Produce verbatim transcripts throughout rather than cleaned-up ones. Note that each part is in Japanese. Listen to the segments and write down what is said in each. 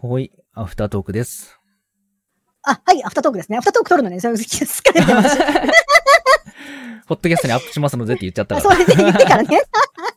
ほい、アフタートークです。 あ、はい、アフタートークですね。アフタートーク撮るのね。それ、すっかり出ました。 ポッドキャストにアップしますのでって言っちゃったから。 そうですね、言ってからね。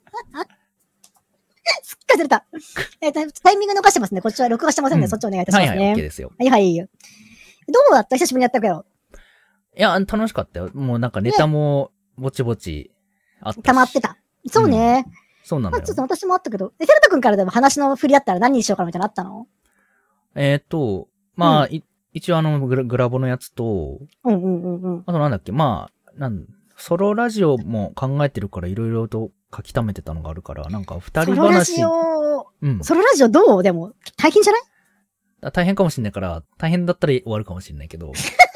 すっかり出た。えー、タイミング逃してますね。こっちは録画してませんね。うん、そっちお願いいたしますね。 はいはい、OK ですよ。 はいはい。どうだった？久しぶりにやったけど。 いや、楽しかったよ。もうなんかネタもぼちぼちあったし、ね。 溜まってた。そうね。うん、 そうなんだよ。 まあ、ちょっと私もあったけど、え、フェルト君からでも話の振りだったら何にしようかみたいなのあったの？ えっ、ー、と、まあ、うん、一応あのグラ、グラボのやつと、 うんうんうんうん。 あとなんだっけ、まあ、なん、ソロラジオも考えてるからいろいろと書き溜めてたのがあるから、なんか二人話。ソロラジオ、うん。ソロラジオどう？でも、大変じゃない？ 大変かもしんないから、大変だったら終わるかもしんないけど。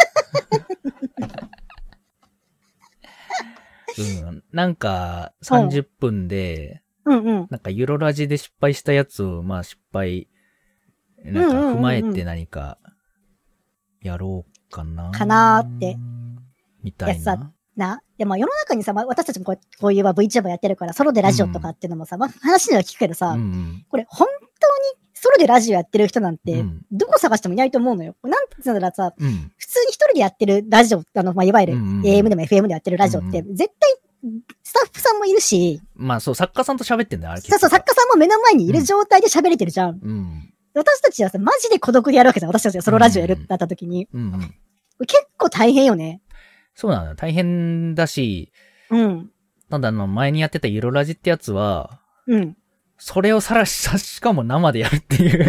うん、なんか、さんじゅっぷんで、 うんうん、 なんかユロラジで失敗したやつを、まあ失敗、なんか踏まえて何か、やろうかな。 かなーって。 みたいな。 な。でも世の中にさ、まあ、私たちもこうこういう VTuber やってるから、ソロでラジオとかっていうのもさ、うん、まあ、話には聞くけどさ、うんうん、これ本当にソロでラジオやってる人なんて、どこ探してもいないと思うのよ。なんて言うんだらさ、うん、普通に一人でやってるラジオ、あの、まあ、いわゆる エーエム でも エフエム でやってるラジオって、絶対、スタッフさんもいるし。 まあそう、作家さんと喋ってんだよ、あれ。 そうそう、作家さんも目の前にいる状態で喋れてるじゃん。うん、私たちはさ、マジで孤独でやるわけじゃん。私たちがソロラジオやるってなった時に。うんうん、結構大変よね。 そうなのよ。大変だし。 うん。 ただあの、前にやってたユロラジってやつは、 うん。それをさらし、しかも生でやるっていう。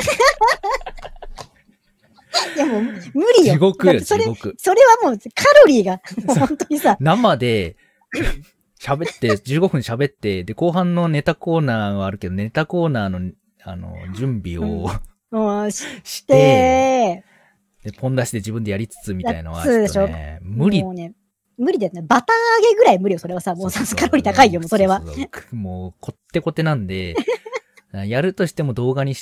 いやもう、無理よ。 地獄よ、地獄。 それはもう、カロリーが、本当にさ。 生で、喋って、じゅうごふん喋って、で、後半のネタコーナーはあるけど、ネタコーナーの、あの、準備を、 うん、して、 で、ポン出しで自分でやりつつみたいのは、ちょっとね、無理。 もうね、無理だよね。バター揚げぐらい無理よ、それはさ。もうさ、カロリー高いよ、もうそれは。 そうそうそうもう、こってこてなんで、やるとしても動画にして、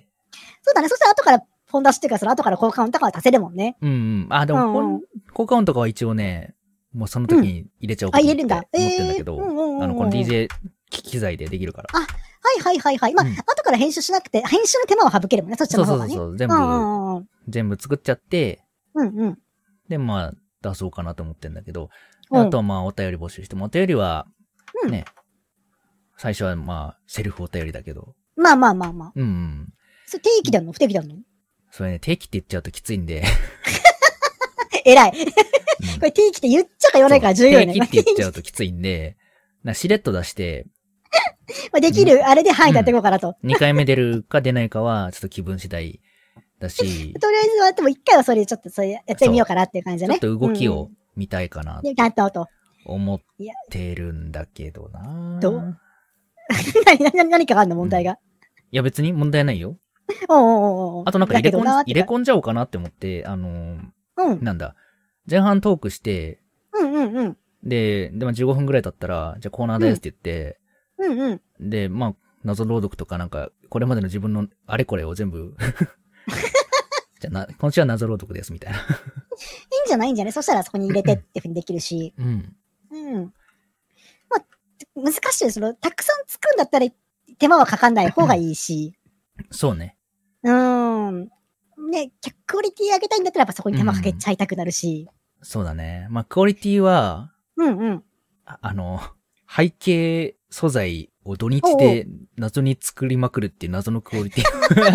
そうだね、そしたら後から、ポン出しっていうか、その後から効果音とかは足せるもんね。 うんうん。あ、でも、うんうん、効果音とかは一応ね、もうその時に入れちゃおうかと思って、うん、あ、入れるんだ。思ってんだけど、えーうんうんうん、あの、この ディージェー 機材でできるから。 あ、はいはいはいはい。まあ、うん、後から編集しなくて、編集の手間を省けるもんね、そっちの方がね。 そうそうそう、全部、うんうん、全部作っちゃって、 うんうん。 で、まあ、出そうかなと思ってんだけど、うん、あとはまあ、お便り募集しても、お便りは、ね、うん、最初はまあ、セルフお便りだけど。 まあまあまあまあ。 うんうん。 それ定期でやるの？不定期でやるの？ それね、定期って言っちゃうときついんで。 偉い。これ定期って言っちゃか言わないから重要ね。 定期って言っちゃうときついんで、なしれっと出して、 できる、あれで範囲でやっていこうかなと。 うん、にかいめ出るか出ないかは、ちょっと気分次第だし。 とりあえずは、でもいっかいはそれちょっとそれやってみようかなっていう感じだね。 ちょっと動きを見たいかな。 と思ってるんだけどな。 どう何、何、何かあるの問題が、うん。 いや別に問題ないよ。 おうおうおうあとなんか入れ込ん、入れ込んじゃおうかなって思って、あのー、うん。なんだ。前半トークして、 うんうんうん。 で、で、まあ、じゅうごふんくらい経ったら、じゃあコーナーですって言って、 うんうん。 で、まあ、謎朗読とかなんか、これまでの自分のあれこれを全部、じゃあな、今週は謎朗読ですみたいな。いいんじゃないんじゃない？そしたらそこに入れてってふうにできるし。 うん。 うん。まあ、難しいよ。その、たくさん作るんだったら手間はかかんない方がいいし。 そうね。 うーん。ね、クオリティ上げたいんだったらやっぱそこに手間かけちゃいたくなるし。 うん、そうだね。まあ、クオリティは、 うんうん。 あ, あの、背景素材を土日で謎に作りまくるっていう謎のクオリティ。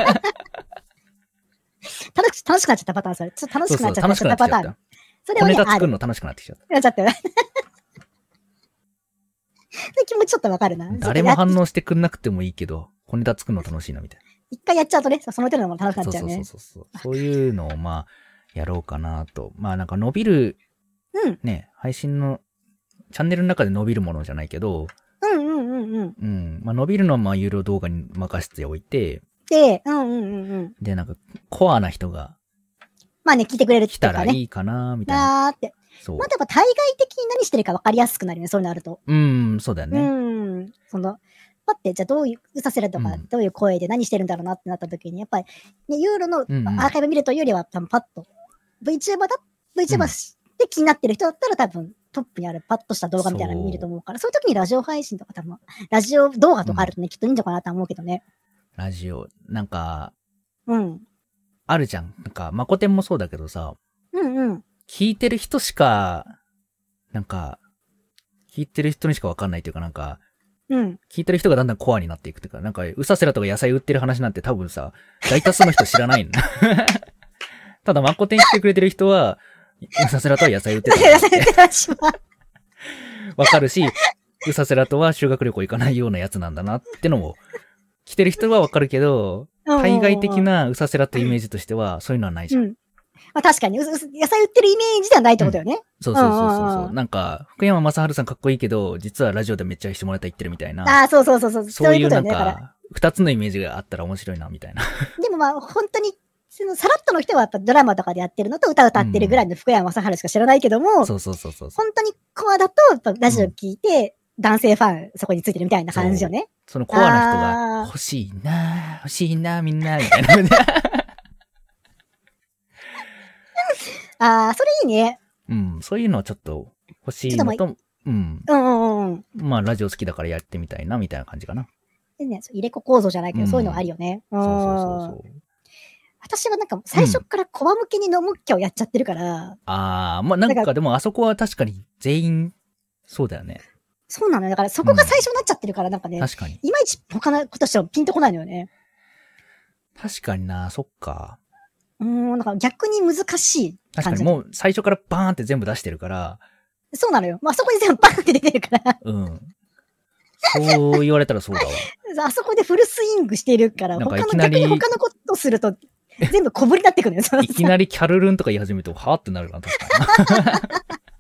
楽し、楽しくなっちゃったパターン、それ。ちょっと楽しくなっちゃったパターン。そうそう楽しくなっちゃった。それはね、 ネタ作るの楽しくなってきちゃった。 なっちゃったよ。気持ちちょっとわかるな。 誰も反応してくんなくてもいいけど、小ネタ作るの楽しいなみたいな。 一回やっちゃうとね、その手のも楽しくなっちゃうね。 そうそうそうそう。そういうのをまあ、やろうかなと。まあなんか伸びる、 うん。 ね、配信の、チャンネルの中で伸びるものじゃないけど、 うんうんうんうん。 うん。まあ伸びるのはまあ有料動画に任せておいて、 で、うんうんうんうん。 で、なんか、コアな人が、 まあね、聞いてくれるっていうかね。 来たらいいかな、みたいな。 あーって。そう。まあやっぱ対外的に何してるか分かりやすくなるね、そういうのあると。 うん、そうだよね。 うん。その、パって、じゃあどういう、うさせるとか、うん、どういう声で何してるんだろうなってなった時に、やっぱり、ね、ユーロのアーカイブ見るというよりは、多分パッと、VTuber だ、VTuber で気になってる人だったら多分、トップにあるパッとした動画みたいなの見ると思うから、そういう時にラジオ配信とか多分、ラジオ動画とかあるとね、うん、きっといいんじゃないかなと思うけどね。 ラジオ、なんか、 うん。 あるじゃん。なんか、マコテンもそうだけどさ、 うんうん。 聞いてる人しか、なんか、聞いてる人にしかわかんないというかなんか、 うん。 聞いてる人がだんだんコアになっていくというか、なんか、ウサセラとか野菜売ってる話なんて多分さ、大多数の人知らないんだ。ただ、マコテンしてくれてる人は、ウサセラとは野菜売ってた野菜売ってた話は。 わかるし、ウサセラとは修学旅行行かないようなやつなんだなってのも、来てる人はわかるけど、対外的なウサセラとイメージとしては、そういうのはないじゃん。うん。 まあ確かに、野菜売ってるイメージではないってことよね。うん、 そうそうそうそう。なんか、福山雅治さんかっこいいけど、実はラジオでめっちゃ下ネタ言ってるみたいな。 ああ、そうそうそうそう。 そういうなんか、二つのイメージがあったら面白いな、みたいな。 でもまあ、本当に、その、さらっとの人はやっぱドラマとかでやってるのと歌歌ってるぐらいの福山雅治しか知らないけども、うん、 そうそうそうそう。 本当にコアだと、やっぱラジオ聞いて、うん、男性ファンそこについてるみたいな感じよね。 そ, そのコアな人が、欲しいな欲しいなみんな、みたいな。 ああ、それいいね。 うん、そういうのはちょっと欲しいのと、うん。 うんうんうん。 まあ、ラジオ好きだからやってみたいな、みたいな感じかな。 でね、入れ子構造じゃないけど、うん、そういうのあるよね。そうそうそうそう。私はなんか最初からコア向けに飲むっきゃをやっちゃってるから。うん、 ああ、まあなんかでもあそこは確かに全員、そうだよね。 そうなのよ。だからそこが最初になっちゃってるから、なんかね。 うん、確かに。 いまいち他のことしてもピンとこないのよね。 確かにな、そっか。 うーん、なんか逆に難しい感じ。 確かにもう最初からバーンって全部出してるから。 そうなのよ。まあそこに全部バーンって出てるから。 うん。そう言われたらそうだわ。 あそこでフルスイングしてるから、他の逆に他のことすると全部小ぶりになってくるのよ。 いきなりキャルルンとか言い始めると、はぁってなるな、確かに。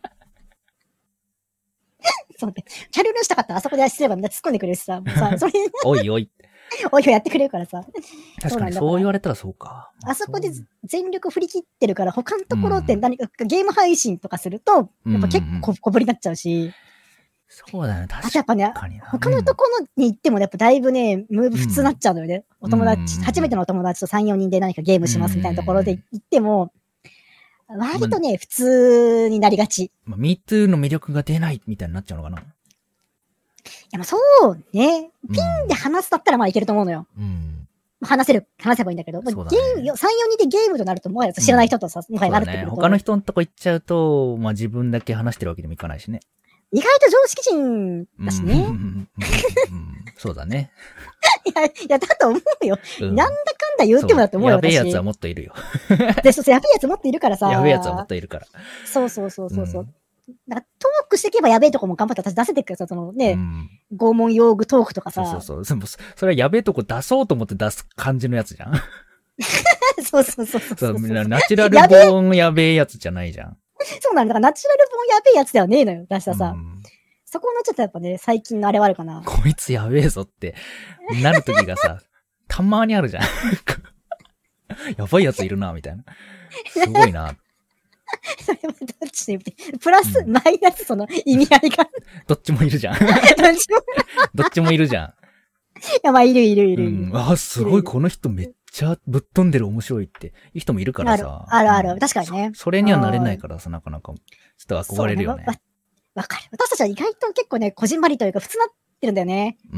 そうね。キャルルンしたかったらあそこですればみんな突っ込んでくれるしさ、もうさ、それおいおい。 おいおいやってくれるからさ。 確かにそう言われたらそうか。 あそこで全力振り切ってるから、他のところって何か、うん、ゲーム配信とかすると、やっぱ結構小ぶりになっちゃうし。 そうだね、確かに。 あとやっぱね、他のところに行ってもやっぱだいぶね、ムーブ普通になっちゃうのよね。うん、お友達、うん、初めてのお友達とさん、よにんで何かゲームしますみたいなところで行っても、割とね、ま、普通になりがち。 まあ、MeToo の魅力が出ないみたいになっちゃうのかな。 いや、まあそうね。ピンで話すだったらまあいけると思うのよ。うん。話せる、話せばいいんだけど、ね、ゲーム、さん、よにんでゲームとなるともはや知らない人とさ、もはやなるってくると、 ね。他の人のとこ行っちゃうと、まあ自分だけ話してるわけにもいかないしね。 意外と常識人だしね。うんうんうんうん、 そうだね。 いや、いや、だと思うよ。うん、なんだかんだ言ってもだと思うよ。 やべえやつはもっといるよ。 で、そうそう、やべえやつもっといるからさ。 やべえやつはもっといるから。 そうそうそうそう。うん、なんかトークしていけばやべえとこも頑張って私出せてくからさ、そのね、うん、拷問用具トークとかさ。 そうそうそう。それはやべえとこ出そうと思って出す感じのやつじゃん。 そうそうそうそうそう。 ナチュラルボーンやべえやつじゃないじゃん。 そうなんだ。だからナチュラルボーンやべえやつではねえのよ、出したさ。うん、そこのちょっとやっぱね、最近のあれはあるかな。 こいつやべえぞって、なるときがさ、たまにあるじゃん。やばいやついるな、みたいな。すごいな。 それはどっちで言って、プラス、うん、マイナスその意味合いが。 どっちもいるじゃん。どっちも。どっちもいるじゃん。いや、まあ、いるいるいる。 うん、あ、すごい、この人めっちゃぶっ飛んでる面白いって、いい人もいるからさ。 あるあるある、確かにねそ。それにはなれないからさ、なかなか、ちょっと憧れるよね。わ、 わかる。私たちは意外と結構ね、こじんまりというか、普通なってるんだよね。うん。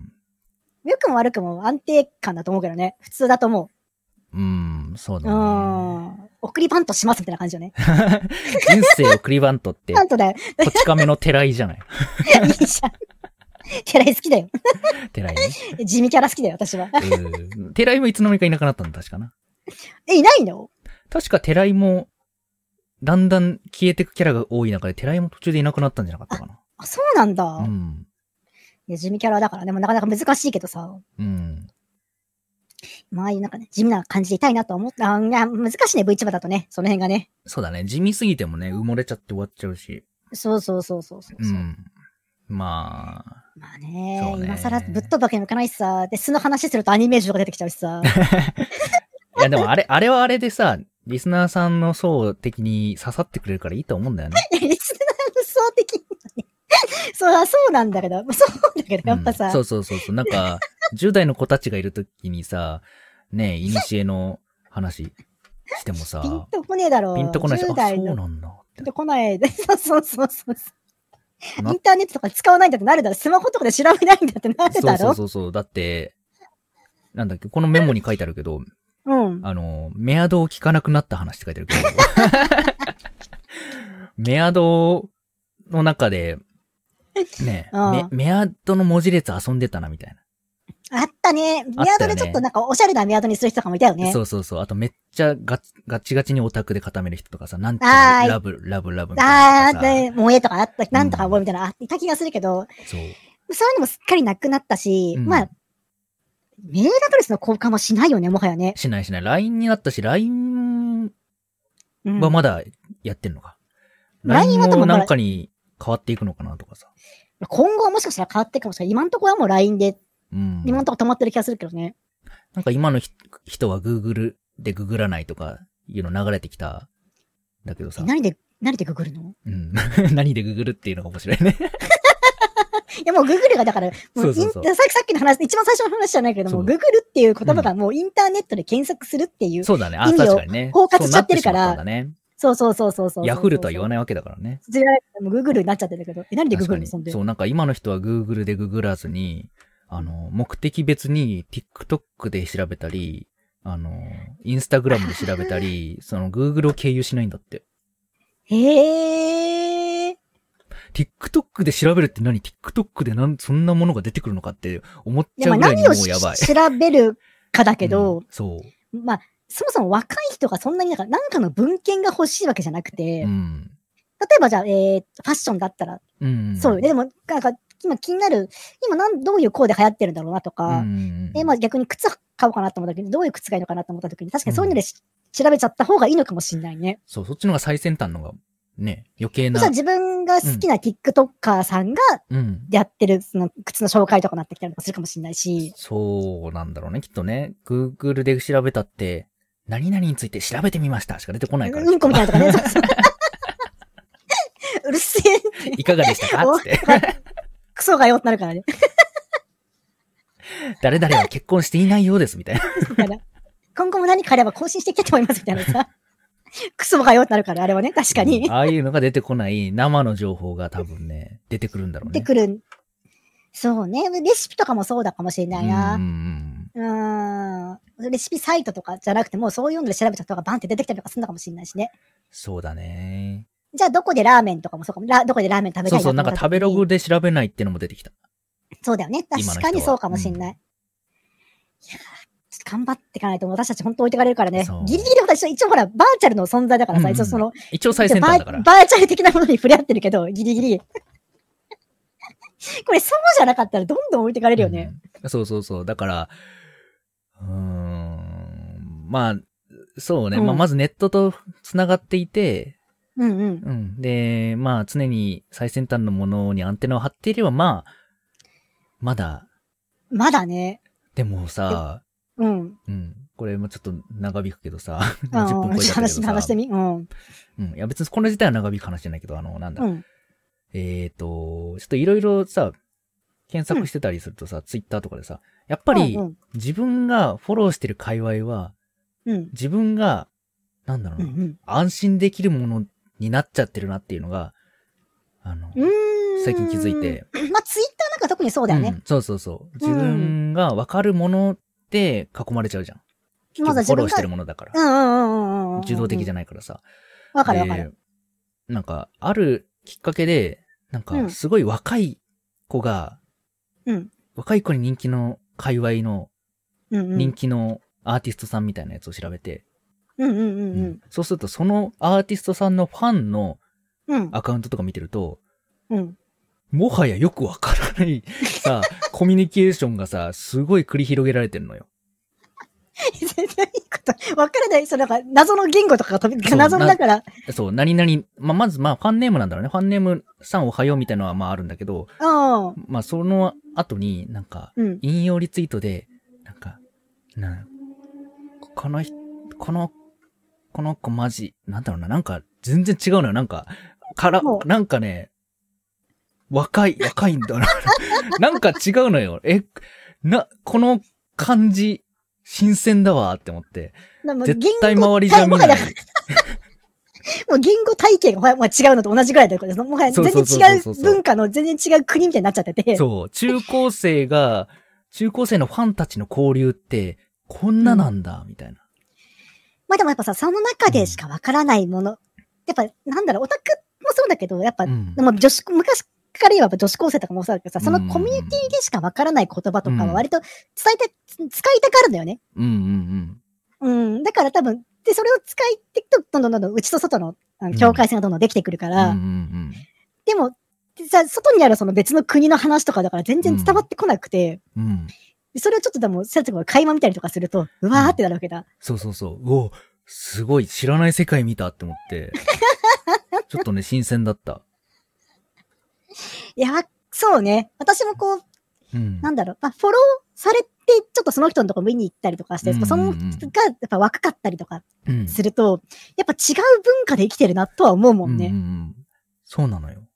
良くも悪くも安定感だと思うけどね。普通だと思う。うん、そうだね。うん。 送りバントしますみたいな感じよね。 人生送りバントって。 バントだよ。 こち亀の寺井じゃない。 いいじゃん。寺井好きだよ。 寺井ね。地味キャラ好きだよ、私は。 寺井もいつの間にかいなくなったんだ、確かな。 え、いないの？ 確か寺井も、だんだん消えてくキャラが多い中で、寺井も途中でいなくなったんじゃなかったかな。 あ、あそうなんだ。うん。いや、地味キャラだからね、もうなかなか難しいけどさ。うん。まあ、なんかね、地味な感じでいたいなと思った。あ、いや、難しいね、ブイチューバー だとね、その辺がね。 そうだね、地味すぎてもね、埋もれちゃって終わっちゃうし。 そうそうそうそうそう。うん。 まあ。 まあね、ね今更ぶっ飛ぶわけにもいかないしさ、で、素の話するとアニメージとか出てきちゃうしさ。 いや、でもあれ、あれはあれでさ、リスナーさんの層的に刺さってくれるからいいと思うんだよね。 リスナーの層的に、ね。そう、そうなんだけど、そうだけど、やっぱさ、 うん。そうそうそうそう。なんか、じゅう代の子たちがいるときにさ、ねえ、いにしえの話してもさ、 ピンとこねえだろう。 ピンとこないし、あ、そうなんだ。 ピンとこない。そうそうそうそう。インターネットとか使わないんだってなるだろ。スマホとかで調べないんだってなるだろ。 そうそうそうそう。だって、なんだっけ、このメモに書いてあるけど、 うん。 あの、メアドを聞かなくなった話って書いてるけど。メアドの中で、ね、メ、メアドの文字列遊んでたなみたいな。 あったね。メアドでちょっとなんかおしゃれなメアドにする人とかもいたよね。 そうそうそう。あとめっちゃガチガチガチにオタクで固める人とかさ、なんていうのラブ、ラブ、ラブみたいな。 ああ、で、萌えとかあった、なんとか覚えみたいな、あった気がするけど、そう。そういうのもすっかりなくなったし、うん、まあ、メールアドレスの交換もしないよね、もはやね。 しないしない。ライン になったし、ライン はまだやってんのか。うん、ライン もなんかに変わっていくのかなとかさ。 今後もしかしたら変わっていくかもしれない。今のところはもう ライン で、うん、今のところ止まってる気がするけどね。 なんか今の人は Google でググらないとかいうの流れてきた。だけどさ。 何で、何でググるの？ うん。何でググるっていうのが面白いね。 いやもう Google がだから、もうそうそうそうさっきの話、一番最初の話じゃないけども、Google っていう言葉がもうインターネットで検索するっていう。 そうだね。あ、確かにね。 包括しちゃってるから。そうそうそうそうそう。 ヤフルとは言わないわけだからね。 違う。もう Google になっちゃってるけど。え、何で Google にそんで？ そう、なんか今の人は Google でググらずに、あの、目的別に TikTok で調べたり、あの、Instagram で調べたり、その Google を経由しないんだって。 へー。 TikTok で調べるって何 ?TikTok でなん、そんなものが出てくるのかって思っちゃうぐらいにもうやばい。 何を調べるかだけど、 うん、そう。 まあ、そもそも若い人がそんなになんか、なんかの文献が欲しいわけじゃなくて、うん、例えばじゃあ、えー、ファッションだったら、うん、そうよね。でも、なんか、今気になる、今なん、どういうコーデ流行ってるんだろうなとか、うん、えー、まあ逆に靴買おうかなと思った時に、どういう靴がいいのかなと思った時に、確かにそういうので、うん、調べちゃった方がいいのかもしれないね。 そう、そっちの方が最先端のが、ね、余計な。 そしたら自分が好きな TikToker さんが、やってる、その、靴の紹介とかなってきたりとかするかもしれないし。 そうなんだろうね、きっとね。Google で調べたって、何々について調べてみましたしか出てこないから。 うんこみたいなとかね。そうそううるせえって。 いかがでしたかって。 クソがよってなるからね。 誰々は結婚していないようです、みたいな。 今後も何かあれば更新していきたいと思います、みたいなさ。クソがよってなるから、あれはね、確かに、 うん。ああいうのが出てこない生の情報が多分ね、出てくるんだろうね。 出てくる。そうね。レシピとかもそうだかもしれないな。うん。うん。レシピサイトとかじゃなくても、そういうので調べた人がバンって出てきたりとかするのかもしれないしね。 そうだね。 じゃあ、どこでラーメンとかもそうかも。ラどこでラーメン食べたいな。 そうそう、なんか食べログで調べないっていうのも出てきた。 そうだよね。確かにそうかもしれない。うん、いや頑張っていかないと私たち本当置いてかれるからね。ギリギリ私一応ほら、バーチャルの存在だからさ、うんうん、一応その、 一応最先端だから。 バーチャル的なものに触れ合ってるけど、ギリギリ。これそうじゃなかったらどんどん置いてかれるよね。 うん、そうそうそう。だから、うーん、まあ、そうね。うん、まあ、まずネットと繋がっていて、 うんうん。うん。 で、まあ、常に最先端のものにアンテナを張っていれば、まあ、まだ。 まだね。 でもさ、 うん。 うん。これもちょっと長引くけどさ、じゅっぷん超えたけどさ。 話、話してみ。うん。 うん。いや別にこの時代は長引く話じゃないけど、あの、なんだ。うん、えっと、ちょっといろいろさ、検索してたりするとさ、うん、ツイッターとかでさ、やっぱり、自分がフォローしてる界隈は、うん、自分が、なんだろうな、うんうん、安心できるものになっちゃってるなっていうのが、あの、最近気づいて。 まあ、ツイッターなんか特にそうだよね。 うん、そうそうそう。自分がわかるもので囲まれちゃうじゃん。まだフォローしてるものだから。 うんうんうんうん。 受動的じゃないからさ。 わかるわかる。 なんか、あるきっかけで、なんか、すごい若い子が、うん、若い子に人気の界隈の、人気のアーティストさんみたいなやつを調べて、 うんうんうんうんうん、 そうすると、そのアーティストさんのファンのアカウントとか見てると、うん、もはやよくわからないさ、コミュニケーションがさ、すごい繰り広げられてるのよ。 全然いいこと。わからない。そう、なんか、謎の言語とかが飛び、謎だから。 そう、何々、まあ、まず、まあ、ファンネームなんだろうね。ファンネームさんおはようみたいなのは、まあ、あるんだけど、あまあ、その後になんか、引用リツイートで、なんか、なこの、この、この子マジ、なんだろうな、なんか、全然違うのよ。なんか、から、なんかね、若い、若いんだな。なんか違うのよ。え、な、この感じ、新鮮だわって思って。絶対周りじゃ見ない。 もう言語体系がまあ違うのと同じぐらいだよ。もはや全然違う文化の全然違う国みたいになっちゃってて。 そう。中高生が、中高生のファンたちの交流って、こんななんだ、みたいな。 まあでもやっぱさ、その中でしかわからないもの、うん、やっぱなんだろう、オタクもそうだけど、やっぱ、うん、でも女子、昔から言えば女子高生とかもそうだけどさ、そのコミュニティでしかわからない言葉とかは割と伝えて、うん、使いたがるんだよね。 うんうんうん。うん。だから多分、で、それを使いていくと、どんどんどんどん内と外の境界線がどんどんできてくるから、うんうんうん、でも、さ、外にあるその別の国の話とかだから全然伝わってこなくて、うんうん、それをちょっとでも、そうやって会話見たりとかすると、うわーってなるわけだ。うん、 そうそうそう。うお、すごい、知らない世界見たって思って、ちょっとね、新鮮だった。 いや、そうね。私もこう、うん、なんだろう、まあ、フォローされて、ちょっとその人のとこ見に行ったりとかして、うんうんうん、その人がやっぱ若かったりとかすると、うん、やっぱ違う文化で生きてるなとは思うもんね。うんうん、 そうなのよ。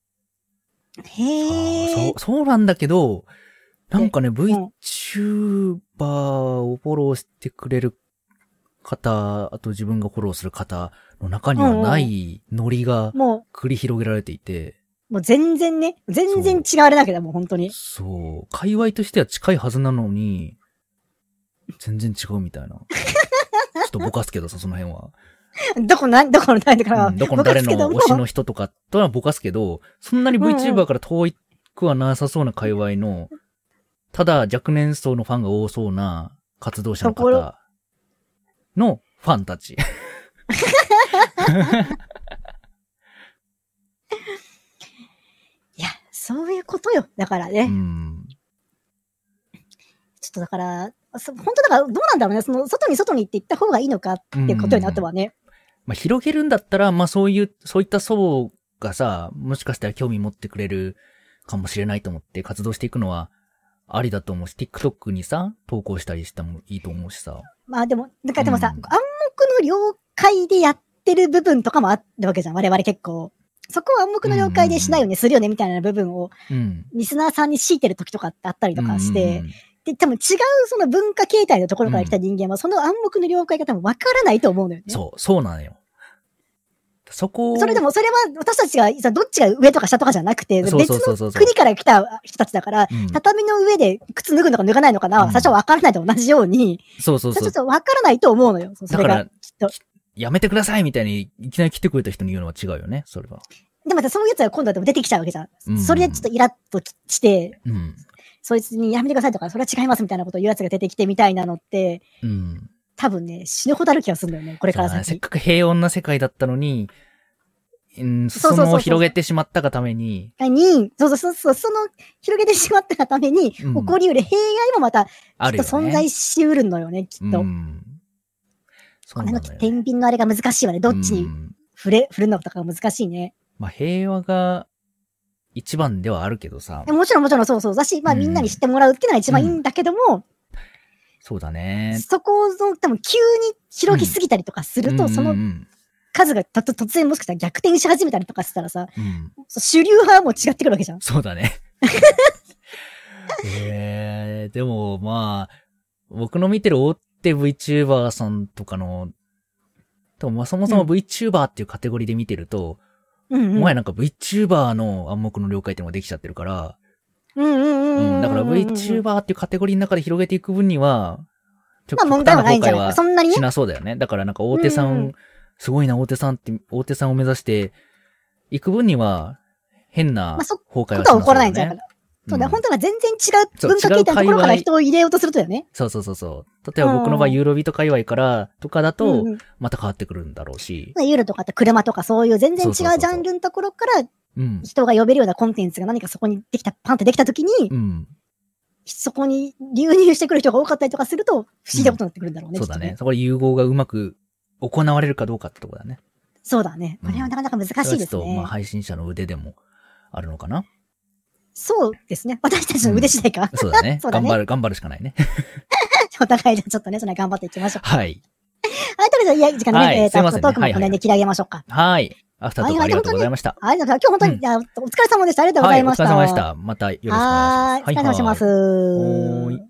へー。 そう、そうなんだけど、なんかね、VTuber をフォローしてくれる方、あと自分がフォローする方の中にはないノリが繰り広げられていて、 もう全然ね、全然違われなきゃだもん、本当に。 そう。界隈としては近いはずなのに、全然違うみたいな。ちょっとぼかすけどさ、その辺は。 どこな、どこの誰だから、 うん、どこの誰の推しの人とかとはぼかすけど、そんなに VTuber から遠くはなさそうな界隈の、ただ若年層のファンが多そうな活動者の方のファンたち。 いや、そういうことよ。だからね。うん、ちょっとだから、本当だからどうなんだろうね。その外に外に行って行った方がいいのかっていうことになってはね。 まあ、広げるんだったら、まあそういう、そういった層がさ、もしかしたら興味持ってくれるかもしれないと思って活動していくのはありだと思うし、TikTok にさ、投稿したりしてもいいと思うしさ。 まあでも、だからでもさ、うん、暗黙の了解でやってる部分とかもあるわけじゃん。我々結構。そこは暗黙の了解でしないよね、うんうんうん、するよねみたいな部分を、うん、リスナーさんに強いてる時とかってあったりとかして、うんうんうん、で、多分違うその文化形態のところから来た人間は、その暗黙の了解が多分分からないと思うのよね。 そう、そうなのよ。そこそれでも、それは私たちが、どっちが上とか下とかじゃなくて、別の国から来た人たちだから、うん、畳の上で靴脱ぐのか脱がないのかな、うん、最初は分からないと同じように、 そうそうそう。 ちょっと分からないと思うのよ。それが。 だから、きっと。やめてくださいみたいに、いきなり来てくれた人に言うのは違うよね、それは。 でもそういうやつが今度はでも出てきちゃうわけじゃん。うん、それでちょっとイラッとして、うん、そいつにやめてくださいとか、それは違いますみたいなことを言うやつが出てきてみたいなのって、うん、多分ね、死ぬほどある気がするんだよね、これから先。 せっかく平穏な世界だったのに、うん、その広げてしまったがために。 に、そうそうそう、その広げてしまったがために、うん、起こり得る弊害もまた、きっと存在し得るのよね、きっと。うん、これの天秤のあれが難しいわね。どっちに触れ、振るのとかが難しいね。 まあ、平和が一番ではあるけどさ。 もちろんもちろんそうそうだし、まあ、みんなに知ってもらうっていうのが一番いいんだけども、うん、 そうだね。 そこの多分急に広げすぎたりとかすると、うん、その数がたと突然もしかしたら逆転し始めたりとかしたらさ、うん、主流派も違ってくるわけじゃん。 そうだね。えー、でもまあ、僕の見てる大手 VTuber さんとかの、多分まあそもそも VTuber っていうカテゴリーで見てると、うんうん、もはやなんか VTuber の暗黙の了解っていうのができちゃってるから、うんうんうんうん。だから VTuber っていうカテゴリーの中で広げていく分には、 ちょっと問題はないんじゃないか。そんなにね。 しなそうだよね。だからなんか大手さん、うんうん、すごいな大手さんって、大手さんを目指していく分には、変な崩壊はしなそうだよね。まあ、そことは起こらないんじゃないかな。そうだ、うん、本当は全然違う文化形態のところから人を入れようとするとよね。 そうそうそうそう。例えば僕の場合、ユーロビート界隈からとかだと、また変わってくるんだろうし。 うんうん、ユーロとかって車とかそういう全然違うジャンルのところから、人が呼べるようなコンテンツが何かそこにできた、パンってできたときに、うん、そこに流入してくる人が多かったりとかすると、不思議なことになってくるんだろうね。 うん、そうだね。そこで融合がうまく行われるかどうかってところだね。 そうだね。これはなかなか難しいですね。ちょっと、 まあ配信者の腕でもあるのかな。 そうですね。私たちの腕次第か。 うん、そうだね。そうだね。頑張る、頑張るしかないね。 お互いじゃちょっとね、それ頑張っていきましょう。 はい。 はい、とりあえず、いや、時間ね、はい、えっ、ー、と、ね、トークもこの辺で切り上げましょうか。 はい。アフタートークありがとうございました。 はい、今日本当に、うん、お疲れ様でした。ありがとうございました。 はい、お疲れ様でした。またよろしくお願いします。 はい、お疲れ様します。 はいはい。